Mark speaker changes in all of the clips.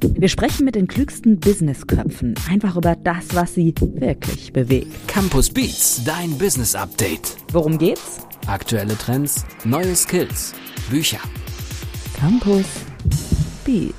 Speaker 1: Wir sprechen mit den klügsten Businessköpfen einfach über das, was sie wirklich bewegt.
Speaker 2: Campus Beats, dein Business Update.
Speaker 1: Worum geht's?
Speaker 2: Aktuelle Trends, neue Skills, Bücher.
Speaker 1: Campus Beats.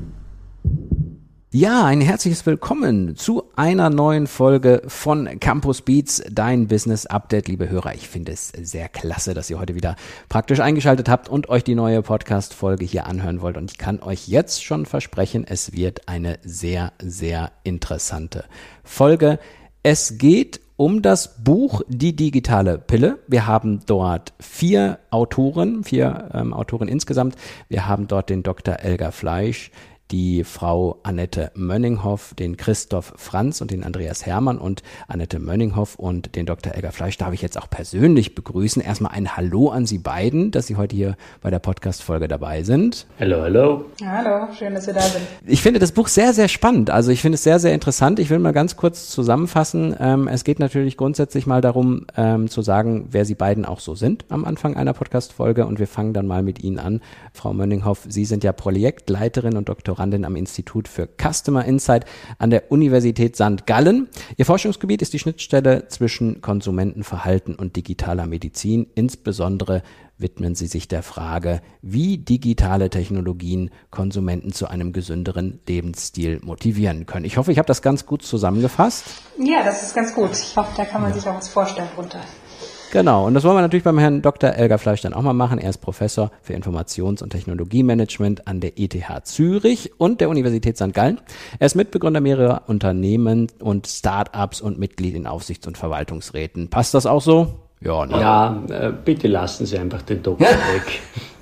Speaker 3: Ja, ein herzliches Willkommen zu einer neuen Folge von Campus Beats, dein Business Update, liebe Hörer. Ich finde es sehr klasse, dass ihr heute wieder praktisch eingeschaltet habt und euch die neue Podcast-Folge hier anhören wollt. Und ich kann euch jetzt schon versprechen, es wird eine sehr, sehr interessante Folge. Es geht um das Buch Die digitale Pille. Wir haben dort vier Autoren insgesamt. Wir haben dort den Dr. Elga Fleisch, die Frau Annette Mönninghoff, den Christoph Franz und den Andreas Hermann, und Annette Mönninghoff und den Dr. Elga Fleisch darf ich jetzt auch persönlich begrüßen. Erstmal ein Hallo an Sie beiden, dass Sie heute hier bei der Podcast-Folge dabei sind.
Speaker 4: Hallo, hallo.
Speaker 5: Hallo, schön, dass wir da sind.
Speaker 3: Ich finde das Buch sehr, sehr spannend. Also ich finde es sehr, sehr interessant. Ich will mal ganz kurz zusammenfassen. Es geht natürlich grundsätzlich mal darum, zu sagen, wer Sie beiden auch so sind am Anfang einer Podcast-Folge, und wir fangen dann mal mit Ihnen an. Frau Mönninghoff, Sie sind ja Projektleiterin und Doktorandin am Institut für Customer Insight an der Universität St. Gallen. Ihr Forschungsgebiet ist die Schnittstelle zwischen Konsumentenverhalten und digitaler Medizin. Insbesondere widmen Sie sich der Frage, wie digitale Technologien Konsumenten zu einem gesünderen Lebensstil motivieren können. Ich hoffe, ich habe das ganz gut zusammengefasst.
Speaker 5: Ja, das ist ganz gut. Ich hoffe, da kann man sich auch was vorstellen drunter.
Speaker 3: Genau, und das wollen wir natürlich beim Herrn Dr. Elga Fleisch dann auch mal machen. Er ist Professor für Informations- und Technologiemanagement an der ETH Zürich und der Universität St. Gallen. Er ist Mitbegründer mehrerer Unternehmen und Start-ups und Mitglied in Aufsichts- und Verwaltungsräten. Passt das auch so? Ja, ne?
Speaker 4: Ja, bitte lassen Sie einfach den Doktor weg.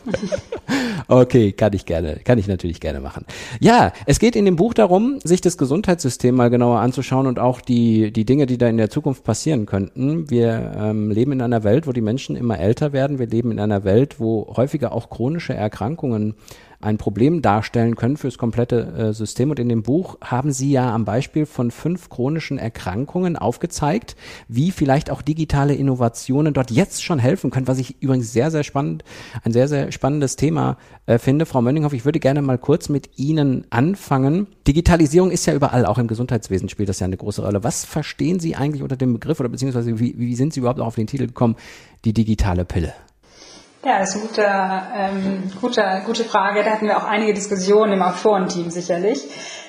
Speaker 3: Okay, kann ich natürlich gerne machen. Ja, es geht in dem Buch darum, sich das Gesundheitssystem mal genauer anzuschauen und auch die Dinge, die da in der Zukunft passieren könnten. Wir leben in einer Welt, wo die Menschen immer älter werden. Wir leben in einer Welt, wo häufiger auch chronische Erkrankungen ein Problem darstellen können für das komplette System. Und in dem Buch haben Sie ja am Beispiel von 5 chronischen Erkrankungen aufgezeigt, wie vielleicht auch digitale Innovationen dort jetzt schon helfen können, was ich übrigens ein sehr, sehr spannendes Thema finde. Frau Mönninghoff, ich würde gerne mal kurz mit Ihnen anfangen. Digitalisierung ist ja überall, auch im Gesundheitswesen spielt das ja eine große Rolle. Was verstehen Sie eigentlich unter dem Begriff, oder beziehungsweise wie sind Sie überhaupt auch auf den Titel gekommen, die digitale Pille?
Speaker 5: Ja, das ist eine gute Frage. Da hatten wir auch einige Diskussionen im Autorenteam sicherlich.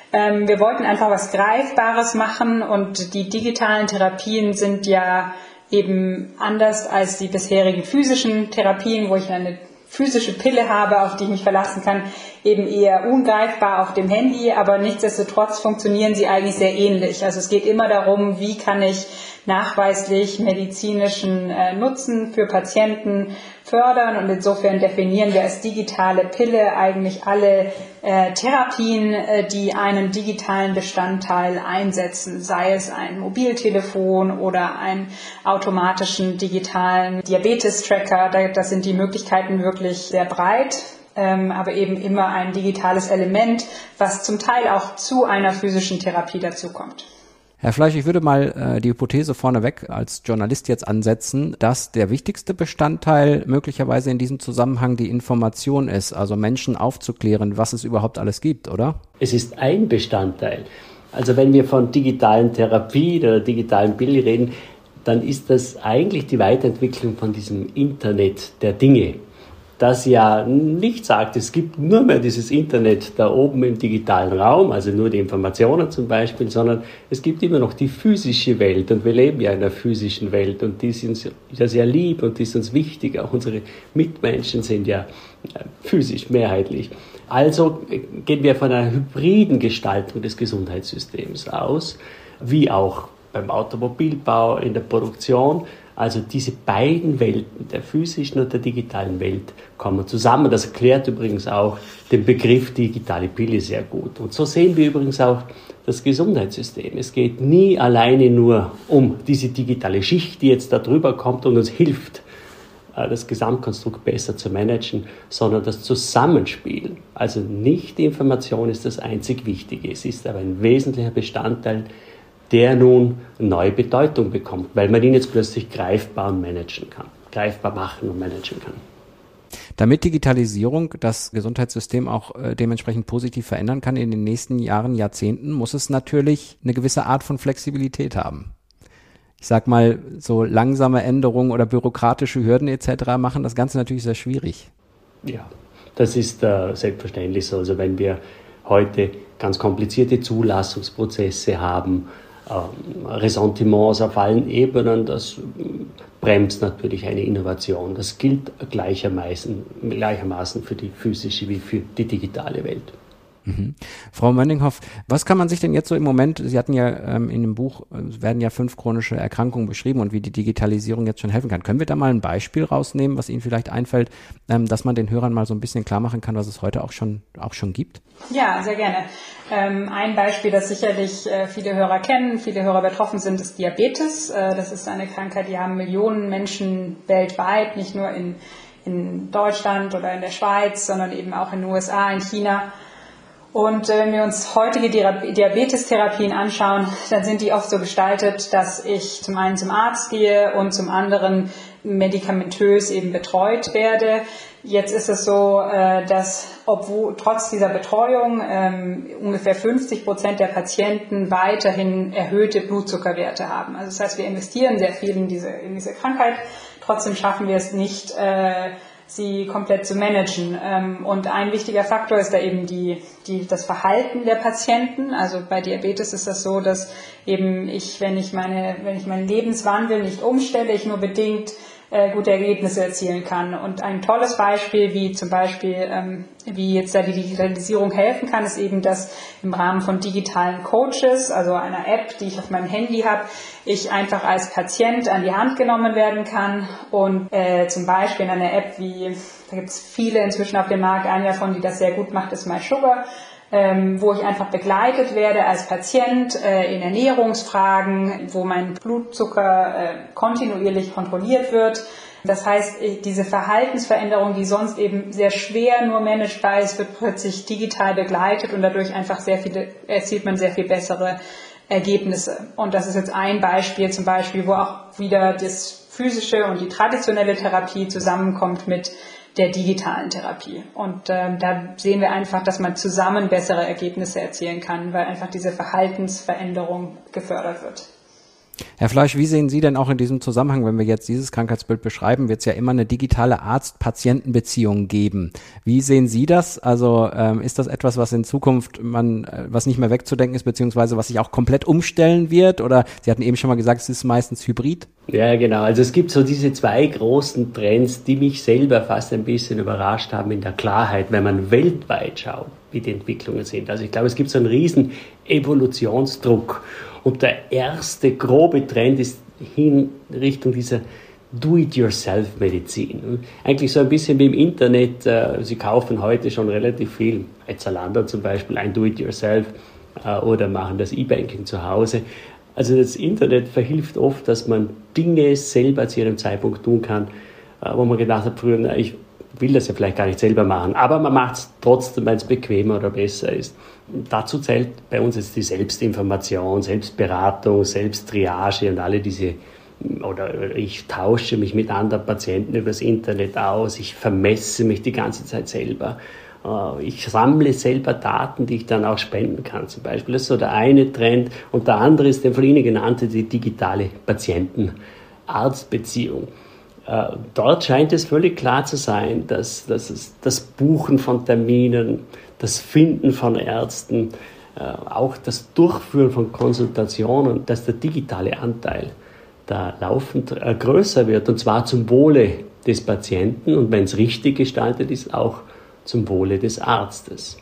Speaker 5: Wir wollten einfach was Greifbares machen, und die digitalen Therapien sind ja eben anders als die bisherigen physischen Therapien, wo ich eine physische Pille habe, auf die ich mich verlassen kann, eben eher ungreifbar auf dem Handy, aber nichtsdestotrotz funktionieren sie eigentlich sehr ähnlich. Also es geht immer darum, wie kann ich nachweislich medizinischen Nutzen für Patienten fördern, und insofern definieren wir als digitale Pille eigentlich alle Therapien, die einen digitalen Bestandteil einsetzen, sei es ein Mobiltelefon oder einen automatischen digitalen Diabetes-Tracker. Da sind die Möglichkeiten wirklich sehr breit, aber eben immer ein digitales Element, was zum Teil auch zu einer physischen Therapie dazukommt.
Speaker 3: Herr Fleisch, ich würde mal die Hypothese vorneweg als Journalist jetzt ansetzen, dass der wichtigste Bestandteil möglicherweise in diesem Zusammenhang die Information ist, also Menschen aufzuklären, was es überhaupt alles gibt, oder?
Speaker 4: Es ist ein Bestandteil. Also wenn wir von digitalen Therapie oder digitalen Pille reden, dann ist das eigentlich die Weiterentwicklung von diesem Internet der Dinge, das ja nicht sagt, es gibt nur mehr dieses Internet da oben im digitalen Raum, also nur die Informationen zum Beispiel, sondern es gibt immer noch die physische Welt, und wir leben ja in einer physischen Welt, und die ist uns ja sehr lieb und die ist uns wichtig. Auch unsere Mitmenschen sind ja physisch mehrheitlich. Also gehen wir von einer hybriden Gestaltung des Gesundheitssystems aus, wie auch beim Automobilbau, in der Produktion. Also diese beiden Welten, der physischen und der digitalen Welt, kommen zusammen. Das erklärt übrigens auch den Begriff digitale Pille sehr gut. Und so sehen wir übrigens auch das Gesundheitssystem. Es geht nie alleine nur um diese digitale Schicht, die jetzt da drüber kommt und uns hilft, das Gesamtkonstrukt besser zu managen, sondern das Zusammenspiel. Also nicht die Information ist das einzig Wichtige. Es ist aber ein wesentlicher Bestandteil, der nun neue Bedeutung bekommt, weil man ihn jetzt plötzlich greifbar machen und managen kann.
Speaker 3: Damit Digitalisierung das Gesundheitssystem auch dementsprechend positiv verändern kann in den nächsten Jahren, Jahrzehnten, muss es natürlich eine gewisse Art von Flexibilität haben. Ich sag mal, so langsame Änderungen oder bürokratische Hürden etc. machen das Ganze natürlich sehr schwierig.
Speaker 4: Ja, das ist selbstverständlich so. Also wenn wir heute ganz komplizierte Zulassungsprozesse haben, Ressentiments auf allen Ebenen, das bremst natürlich eine Innovation. Das gilt gleichermaßen für die physische wie für die digitale Welt.
Speaker 3: Mhm. Frau Mönninghoff, was kann man sich denn jetzt so im Moment, Sie hatten ja in dem Buch, werden ja 5 chronische Erkrankungen beschrieben und wie die Digitalisierung jetzt schon helfen kann. Können wir da mal ein Beispiel rausnehmen, was Ihnen vielleicht einfällt, dass man den Hörern mal so ein bisschen klar machen kann, was es heute auch schon gibt?
Speaker 5: Ja, sehr gerne. Ein Beispiel, das sicherlich viele Hörer kennen, viele Hörer betroffen sind, ist Diabetes. Das ist eine Krankheit, die haben Millionen Menschen weltweit, nicht nur in Deutschland oder in der Schweiz, sondern eben auch in den USA, in China. Und wenn wir uns heutige Diabetestherapien anschauen, dann sind die oft so gestaltet, dass ich zum einen zum Arzt gehe und zum anderen medikamentös eben betreut werde. Jetzt ist es so, dass trotz dieser Betreuung ungefähr 50% der Patienten weiterhin erhöhte Blutzuckerwerte haben. Also das heißt, wir investieren sehr viel in diese Krankheit, trotzdem schaffen wir es nicht, sie komplett zu managen. Und ein wichtiger Faktor ist da eben das Verhalten der Patienten. Also bei Diabetes ist das so, dass eben wenn ich meinen Lebenswandel nicht umstelle, ich nur bedingt gute Ergebnisse erzielen kann. Und ein tolles Beispiel, wie jetzt da die Digitalisierung helfen kann, ist eben, dass im Rahmen von digitalen Coaches, also einer App, die ich auf meinem Handy habe, ich einfach als Patient an die Hand genommen werden kann und zum Beispiel in einer App da gibt es viele inzwischen auf dem Markt, eine davon, die das sehr gut macht, ist MySugar, wo ich einfach begleitet werde als Patient in Ernährungsfragen, wo mein Blutzucker kontinuierlich kontrolliert wird. Das heißt, diese Verhaltensveränderung, die sonst eben sehr schwer nur managebar ist, wird plötzlich digital begleitet und dadurch einfach erzielt man sehr viel bessere Ergebnisse. Und das ist jetzt ein Beispiel, zum Beispiel, wo auch wieder das physische und die traditionelle Therapie zusammenkommt mit der digitalen Therapie. Und da sehen wir einfach, dass man zusammen bessere Ergebnisse erzielen kann, weil einfach diese Verhaltensveränderung gefördert wird.
Speaker 3: Herr Fleisch, wie sehen Sie denn auch in diesem Zusammenhang, wenn wir jetzt dieses Krankheitsbild beschreiben, wird es ja immer eine digitale Arzt-Patienten-Beziehung geben. Wie sehen Sie das? Also ist das etwas, was in Zukunft was nicht mehr wegzudenken ist, beziehungsweise was sich auch komplett umstellen wird? Oder Sie hatten eben schon mal gesagt, es ist meistens hybrid?
Speaker 4: Ja, genau. Also es gibt so diese 2 großen Trends, die mich selber fast ein bisschen überrascht haben in der Klarheit, wenn man weltweit schaut, wie die Entwicklungen sind. Also ich glaube, es gibt so einen riesen Evolutionsdruck. Und der erste grobe Trend ist hin Richtung dieser Do-it-yourself-Medizin. Eigentlich so ein bisschen wie im Internet. Sie kaufen heute schon relativ viel, bei Zalando zum Beispiel, ein Do-it-yourself oder machen das E-Banking zu Hause. Also das Internet verhilft oft, dass man Dinge selber zu ihrem Zeitpunkt tun kann, wo man gedacht hat früher, ich will das ja vielleicht gar nicht selber machen, aber man macht es trotzdem, weil es bequemer oder besser ist. Dazu zählt bei uns jetzt die Selbstinformation, Selbstberatung, Selbsttriage und alle diese, oder ich tausche mich mit anderen Patienten übers Internet aus, ich vermesse mich die ganze Zeit selber. Ich sammle selber Daten, die ich dann auch spenden kann zum Beispiel. Das ist so der eine Trend. Und der andere ist der von Ihnen genannte, die digitale Patienten-Arzt-Beziehung. Dort scheint es völlig klar zu sein, dass das Buchen von Terminen, das Finden von Ärzten, auch das Durchführen von Konsultationen, dass der digitale Anteil da laufend größer wird, und zwar zum Wohle des Patienten und wenn es richtig gestaltet ist, auch zum Wohle des Arztes.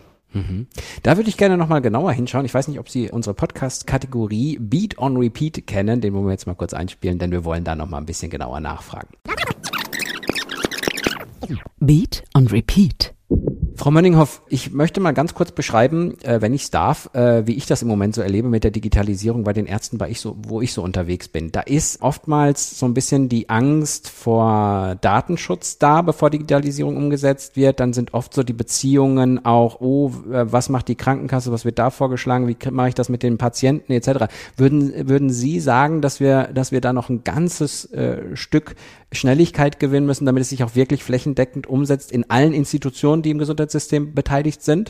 Speaker 3: Da würde ich gerne nochmal genauer hinschauen. Ich weiß nicht, ob Sie unsere Podcast-Kategorie Beat on Repeat kennen. Den wollen wir jetzt mal kurz einspielen, denn wir wollen da nochmal ein bisschen genauer nachfragen.
Speaker 1: Beat on Repeat.
Speaker 3: Frau Mönninghoff, ich möchte mal ganz kurz beschreiben, wenn ich es darf, wie ich das im Moment so erlebe mit der Digitalisierung bei den Ärzten, wo ich so unterwegs bin. Da ist oftmals so ein bisschen die Angst vor Datenschutz da, bevor Digitalisierung umgesetzt wird. Dann sind oft so die Beziehungen auch, was macht die Krankenkasse, was wird da vorgeschlagen, wie mache ich das mit den Patienten etc. Würden Sie sagen, dass wir da noch ein ganzes Stück Schnelligkeit gewinnen müssen, damit es sich auch wirklich flächendeckend umsetzt in allen Institutionen, die im Gesundheitssystem beteiligt sind?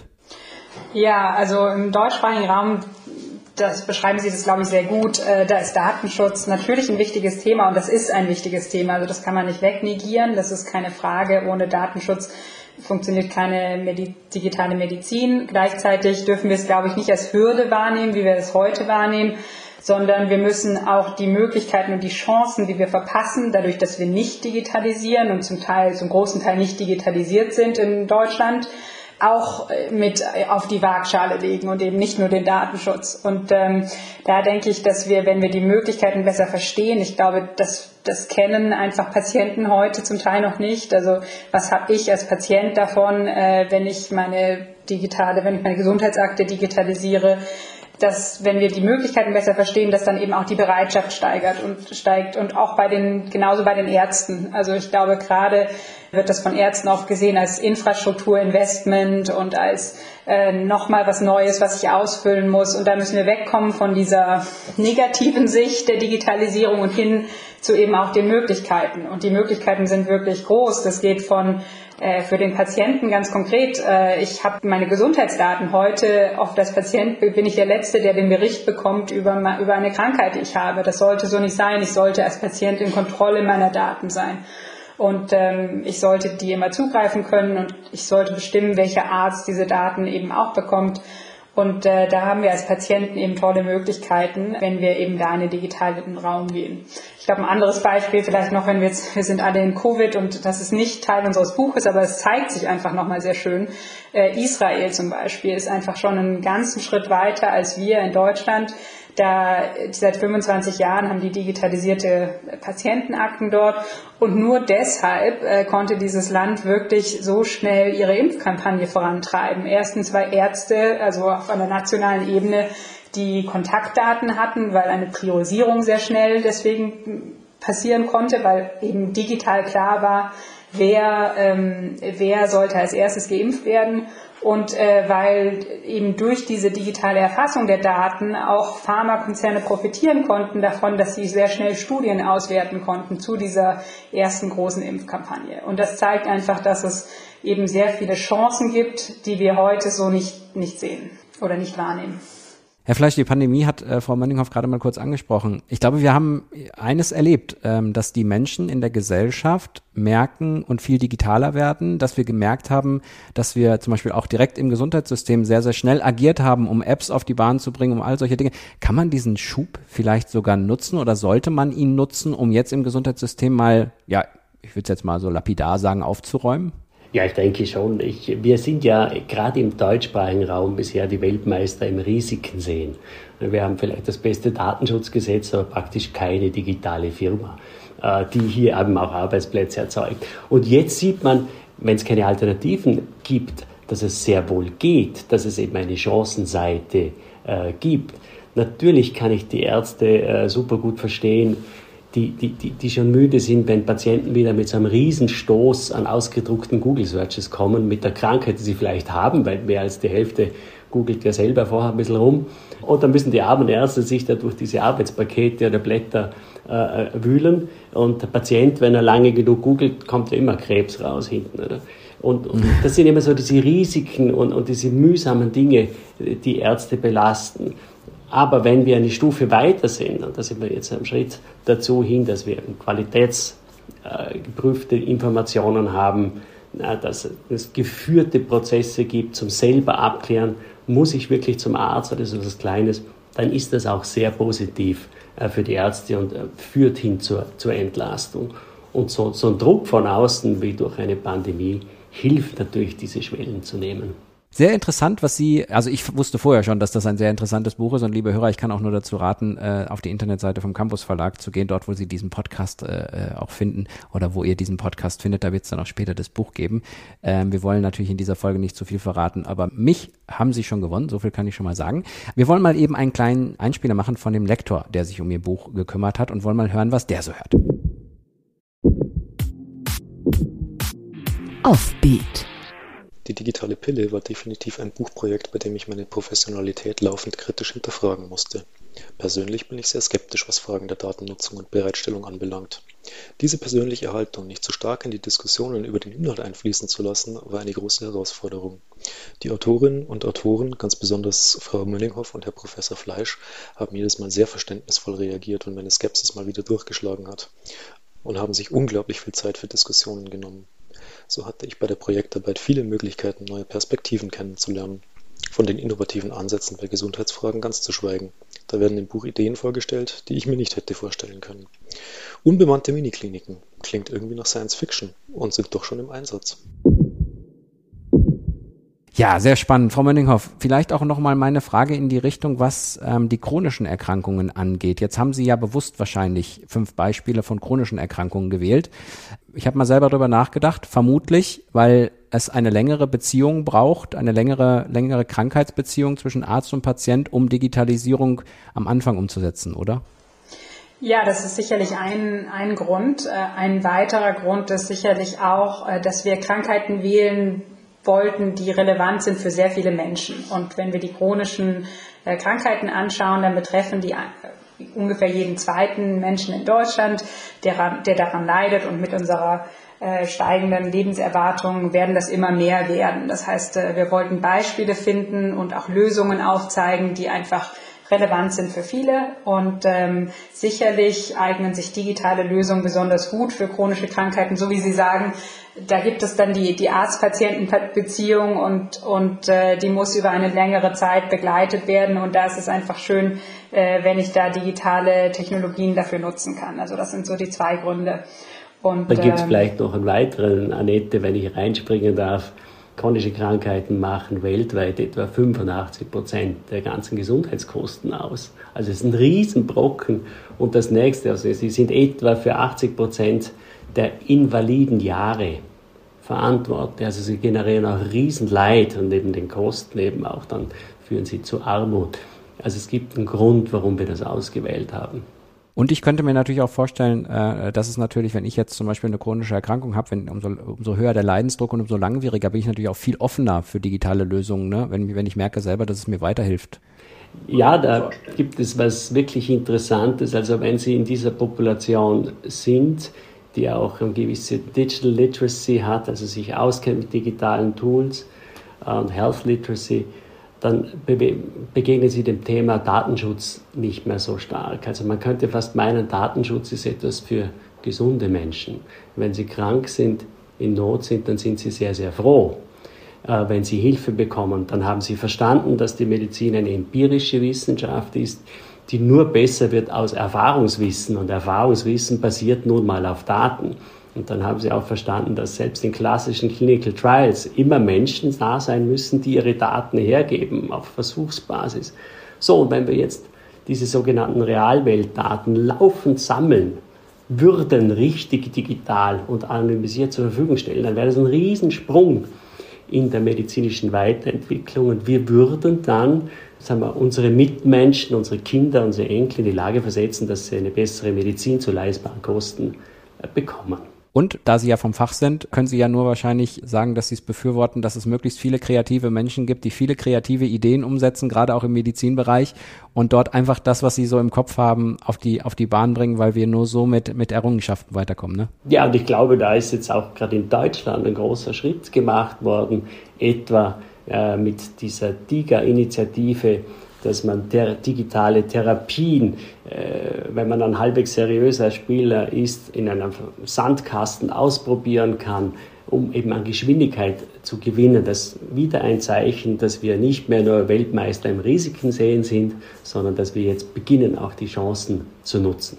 Speaker 5: Ja, also im deutschsprachigen Raum, das beschreiben Sie das, glaube ich, sehr gut, da ist Datenschutz natürlich ein wichtiges Thema und das ist ein wichtiges Thema, also das kann man nicht wegnegieren, das ist keine Frage, ohne Datenschutz funktioniert keine digitale Medizin. Gleichzeitig dürfen wir es, glaube ich, nicht als Hürde wahrnehmen, wie wir es heute wahrnehmen, sondern wir müssen auch die Möglichkeiten und die Chancen, die wir verpassen, dadurch, dass wir nicht digitalisieren und zum großen Teil nicht digitalisiert sind in Deutschland, auch mit auf die Waagschale legen und eben nicht nur den Datenschutz. Und da denke ich, dass wir, wenn wir die Möglichkeiten besser verstehen, ich glaube, das kennen einfach Patienten heute zum Teil noch nicht. Also was habe ich als Patient davon, wenn ich meine Gesundheitsakte digitalisiere, dass, wenn wir die Möglichkeiten besser verstehen, dass dann eben auch die Bereitschaft steigt und auch genauso bei den Ärzten. Also ich glaube, gerade wird das von Ärzten oft gesehen als Infrastrukturinvestment und als nochmal was Neues, was ich ausfüllen muss. Und da müssen wir wegkommen von dieser negativen Sicht der Digitalisierung und hin zu eben auch den Möglichkeiten. Und die Möglichkeiten sind wirklich groß. Das geht von für den Patienten ganz konkret. Ich habe meine Gesundheitsdaten heute. Oft als Patient bin ich der Letzte, der den Bericht bekommt über eine Krankheit, die ich habe. Das sollte so nicht sein. Ich sollte als Patient in Kontrolle meiner Daten sein. Und ich sollte die immer zugreifen können und ich sollte bestimmen, welcher Arzt diese Daten eben auch bekommt. Und da haben wir als Patienten eben tolle Möglichkeiten, wenn wir eben da in den digitalen Raum gehen. Ich glaube, ein anderes Beispiel vielleicht noch, wir sind alle in Covid und das ist nicht Teil unseres Buches, aber es zeigt sich einfach nochmal sehr schön. Israel zum Beispiel ist einfach schon einen ganzen Schritt weiter als wir in Deutschland. Seit 25 Jahren haben die digitalisierte Patientenakten dort und nur deshalb konnte dieses Land wirklich so schnell ihre Impfkampagne vorantreiben. Erstens, weil Ärzte, also auf einer nationalen Ebene, die Kontaktdaten hatten, weil eine Priorisierung sehr schnell deswegen passieren konnte, weil eben digital klar war, wer sollte als erstes geimpft werden. Und weil eben durch diese digitale Erfassung der Daten auch Pharmakonzerne profitieren konnten davon, dass sie sehr schnell Studien auswerten konnten zu dieser ersten großen Impfkampagne. Und das zeigt einfach, dass es eben sehr viele Chancen gibt, die wir heute so nicht sehen oder nicht wahrnehmen.
Speaker 3: Herr Fleisch, die Pandemie hat Frau Mönninghoff gerade mal kurz angesprochen. Ich glaube, wir haben eines erlebt, dass die Menschen in der Gesellschaft merken und viel digitaler werden, dass wir gemerkt haben, dass wir zum Beispiel auch direkt im Gesundheitssystem sehr, sehr schnell agiert haben, um Apps auf die Bahn zu bringen, um all solche Dinge. Kann man diesen Schub vielleicht sogar nutzen oder sollte man ihn nutzen, um jetzt im Gesundheitssystem mal, ja, ich würde es jetzt mal so lapidar sagen, aufzuräumen?
Speaker 4: Ja, ich denke schon. Wir sind ja gerade im deutschsprachigen Raum bisher die Weltmeister im Risiken sehen. Wir haben vielleicht das beste Datenschutzgesetz, aber praktisch keine digitale Firma, die hier eben auch Arbeitsplätze erzeugt. Und jetzt sieht man, wenn es keine Alternativen gibt, dass es sehr wohl geht, dass es eben eine Chancenseite gibt. Natürlich kann ich die Ärzte super gut verstehen, die schon müde sind, wenn Patienten wieder mit so einem Riesenstoß an ausgedruckten Google-Searches kommen, mit der Krankheit, die sie vielleicht haben, weil mehr als die Hälfte googelt ja selber vorher ein bisschen rum. Und dann müssen die armen Ärzte sich da durch diese Arbeitspakete oder Blätter wühlen. Und der Patient, wenn er lange genug googelt, kommt ja immer Krebs raus hinten. Oder? Und das sind immer so diese Risiken und diese mühsamen Dinge, die Ärzte belasten. Aber wenn wir eine Stufe weiter sind, und da sind wir jetzt einen Schritt dazu hin, dass wir qualitätsgeprüfte Informationen haben, dass es geführte Prozesse gibt zum selber abklären, muss ich wirklich zum Arzt oder so etwas Kleines, dann ist das auch sehr positiv für die Ärzte und führt hin zur Entlastung. Und so ein Druck von außen wie durch eine Pandemie hilft natürlich, diese Schwellen zu nehmen.
Speaker 3: Sehr interessant, was Sie, also ich wusste vorher schon, dass das ein sehr interessantes Buch ist und liebe Hörer, ich kann auch nur dazu raten, auf die Internetseite vom Campus Verlag zu gehen, dort wo Sie diesen Podcast auch finden oder wo ihr diesen Podcast findet, da wird es dann auch später das Buch geben. Wir wollen natürlich in dieser Folge nicht zu viel verraten, aber mich haben Sie schon gewonnen, so viel kann ich schon mal sagen. Wir wollen mal eben einen kleinen Einspieler machen von dem Lektor, der sich um Ihr Buch gekümmert hat und wollen mal hören, was der so hört.
Speaker 1: Offbeat.
Speaker 6: Die digitale Pille war definitiv ein Buchprojekt, bei dem ich meine Professionalität laufend kritisch hinterfragen musste. Persönlich bin ich sehr skeptisch, was Fragen der Datennutzung und Bereitstellung anbelangt. Diese persönliche Haltung nicht zu stark in die Diskussionen über den Inhalt einfließen zu lassen, war eine große Herausforderung. Die Autorinnen und Autoren, ganz besonders Frau Mönninghoff und Herr Professor Fleisch, haben jedes Mal sehr verständnisvoll reagiert, wenn meine Skepsis mal wieder durchgeschlagen hat, und haben sich unglaublich viel Zeit für Diskussionen genommen. So hatte ich bei der Projektarbeit viele Möglichkeiten, neue Perspektiven kennenzulernen. Von den innovativen Ansätzen bei Gesundheitsfragen ganz zu schweigen. Da werden im Buch Ideen vorgestellt, die ich mir nicht hätte vorstellen können. Unbemannte Minikliniken klingt irgendwie nach Science Fiction und sind doch schon im Einsatz.
Speaker 3: Ja, sehr spannend. Frau Mönninghoff, vielleicht auch nochmal meine Frage in die Richtung, was die chronischen Erkrankungen angeht. Jetzt haben Sie ja bewusst wahrscheinlich 5 Beispiele von chronischen Erkrankungen gewählt. Ich habe mal selber darüber nachgedacht, vermutlich, weil es eine längere Beziehung braucht, eine längere Krankheitsbeziehung zwischen Arzt und Patient, um Digitalisierung am Anfang umzusetzen, oder?
Speaker 5: Ja, das ist sicherlich ein Grund. Ein weiterer Grund ist sicherlich auch, dass wir Krankheiten wählen wollten, die relevant sind für sehr viele Menschen. Und wenn wir die chronischen Krankheiten anschauen, dann betreffen die ungefähr jeden zweiten Menschen in Deutschland, der daran leidet, und mit unserer steigenden Lebenserwartung werden das immer mehr werden. Das heißt, wir wollten Beispiele finden und auch Lösungen aufzeigen, die einfach relevant sind für viele, und sicherlich eignen sich digitale Lösungen besonders gut für chronische Krankheiten, so wie Sie sagen. Da gibt es dann die Arzt-Patienten-Beziehung und die muss über eine längere Zeit begleitet werden, und da ist es einfach schön, wenn ich da digitale Technologien dafür nutzen kann. Also das sind so die 2 Gründe. Und
Speaker 4: dann gibt es vielleicht noch einen weiteren, Annette, wenn ich reinspringen darf. Chronische Krankheiten machen weltweit etwa 85% der ganzen Gesundheitskosten aus. Also es ist ein Riesenbrocken. Und das nächste, also sie sind etwa für 80% der invaliden Jahre verantwortlich. Also sie generieren auch Riesenleid, und neben den Kosten eben auch dann führen sie zu Armut. Also es gibt einen Grund, warum wir das ausgewählt haben.
Speaker 3: Und ich könnte mir natürlich auch vorstellen, dass es natürlich, wenn ich jetzt zum Beispiel eine chronische Erkrankung habe, umso höher der Leidensdruck und umso langwieriger, bin ich natürlich auch viel offener für digitale Lösungen, ne? Wenn ich merke selber, dass es mir weiterhilft.
Speaker 4: Ja, da gibt es was wirklich Interessantes. Also wenn Sie in dieser Population sind, die auch eine gewisse Digital Literacy hat, also sich auskennt mit digitalen Tools und Health Literacy, dann begegnen Sie dem Thema Datenschutz nicht mehr so stark. Also man könnte fast meinen, Datenschutz ist etwas für gesunde Menschen. Wenn sie krank sind, in Not sind, dann sind sie sehr, sehr froh. Wenn sie Hilfe bekommen, dann haben sie verstanden, dass die Medizin eine empirische Wissenschaft ist, die nur besser wird aus Erfahrungswissen. Und Erfahrungswissen basiert nun mal auf Daten. Und dann haben sie auch verstanden, dass selbst in klassischen Clinical Trials immer Menschen da sein müssen, die ihre Daten hergeben auf Versuchsbasis. So, und wenn wir jetzt diese sogenannten Realweltdaten laufend sammeln würden, richtig digital und anonymisiert zur Verfügung stellen, dann wäre das ein Riesensprung in der medizinischen Weiterentwicklung. Und wir würden dann, unsere Mitmenschen, unsere Kinder, unsere Enkel in die Lage versetzen, dass sie eine bessere Medizin zu leistbaren Kosten bekommen.
Speaker 3: Und da Sie ja vom Fach sind, können Sie ja nur wahrscheinlich sagen, dass Sie es befürworten, dass es möglichst viele kreative Menschen gibt, die viele kreative Ideen umsetzen, gerade auch im Medizinbereich, und dort einfach das, was Sie so im Kopf haben, auf die Bahn bringen, weil wir nur so mit Errungenschaften weiterkommen, ne?
Speaker 4: Ja, und ich glaube, da ist jetzt auch gerade in Deutschland ein großer Schritt gemacht worden, etwa mit dieser DIGA-Initiative, dass man digitale Therapien, wenn man ein halbwegs seriöser Spieler ist, in einem Sandkasten ausprobieren kann, um eben an Geschwindigkeit zu gewinnen. Das ist wieder ein Zeichen, dass wir nicht mehr nur Weltmeister im Risiken sehen sind, sondern dass wir jetzt beginnen, auch die Chancen zu nutzen.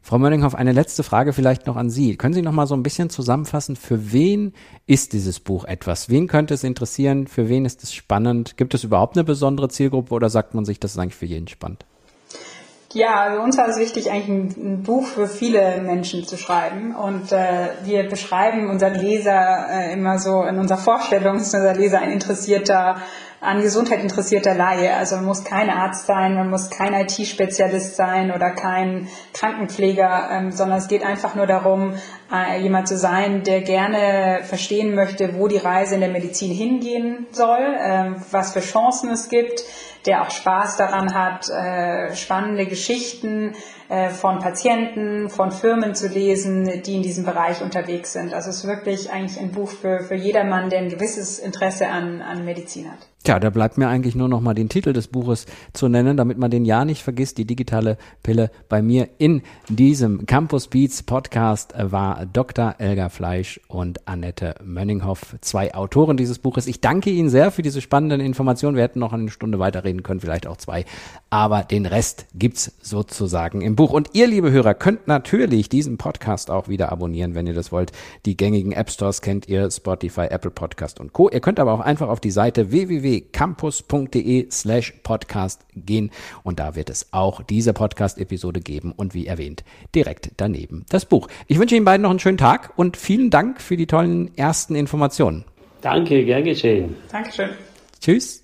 Speaker 3: Frau Mönninghoff, eine letzte Frage vielleicht noch an Sie. Können Sie noch mal so ein bisschen zusammenfassen, für wen ist dieses Buch etwas? Wen könnte es interessieren? Für wen ist es spannend? Gibt es überhaupt eine besondere Zielgruppe oder sagt man sich, das ist eigentlich für jeden spannend?
Speaker 5: Ja, also uns war es wichtig, eigentlich ein Buch für viele Menschen zu schreiben. Und wir beschreiben unseren Leser immer so, in unserer Vorstellung ist unser Leser an Gesundheit interessierter Laie. Also man muss kein Arzt sein, man muss kein IT-Spezialist sein oder kein Krankenpfleger, sondern es geht einfach nur darum, jemand zu sein, der gerne verstehen möchte, wo die Reise in der Medizin hingehen soll, was für Chancen es gibt, der auch Spaß daran hat, spannende Geschichten von Patienten, von Firmen zu lesen, die in diesem Bereich unterwegs sind. Also es ist wirklich eigentlich ein Buch für jedermann, der ein gewisses Interesse an Medizin hat.
Speaker 3: Tja, da bleibt mir eigentlich nur noch mal den Titel des Buches zu nennen, damit man den ja nicht vergisst. Die digitale Pille. Bei mir in diesem Campus Beats Podcast war Dr. Elga Fleisch und Annette Mönninghoff, 2 Autoren dieses Buches. Ich danke Ihnen sehr für diese spannenden Informationen. Wir hätten noch eine Stunde weiterreden können, vielleicht auch 2. Aber den Rest gibt's sozusagen im Buch. Und ihr, liebe Hörer, könnt natürlich diesen Podcast auch wieder abonnieren, wenn ihr das wollt. Die gängigen App Stores kennt ihr, Spotify, Apple Podcast und Co. Ihr könnt aber auch einfach auf die Seite www.campus.de/podcast gehen und da wird es auch diese Podcast-Episode geben und wie erwähnt, direkt daneben das Buch. Ich wünsche Ihnen beiden noch einen schönen Tag und vielen Dank für die tollen ersten Informationen.
Speaker 4: Danke, gern geschehen.
Speaker 5: Dankeschön.
Speaker 3: Tschüss.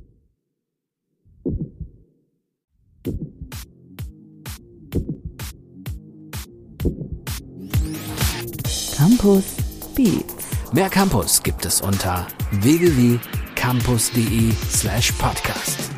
Speaker 1: Campus Beats.
Speaker 2: Mehr Campus gibt es unter www.campus.de/podcast.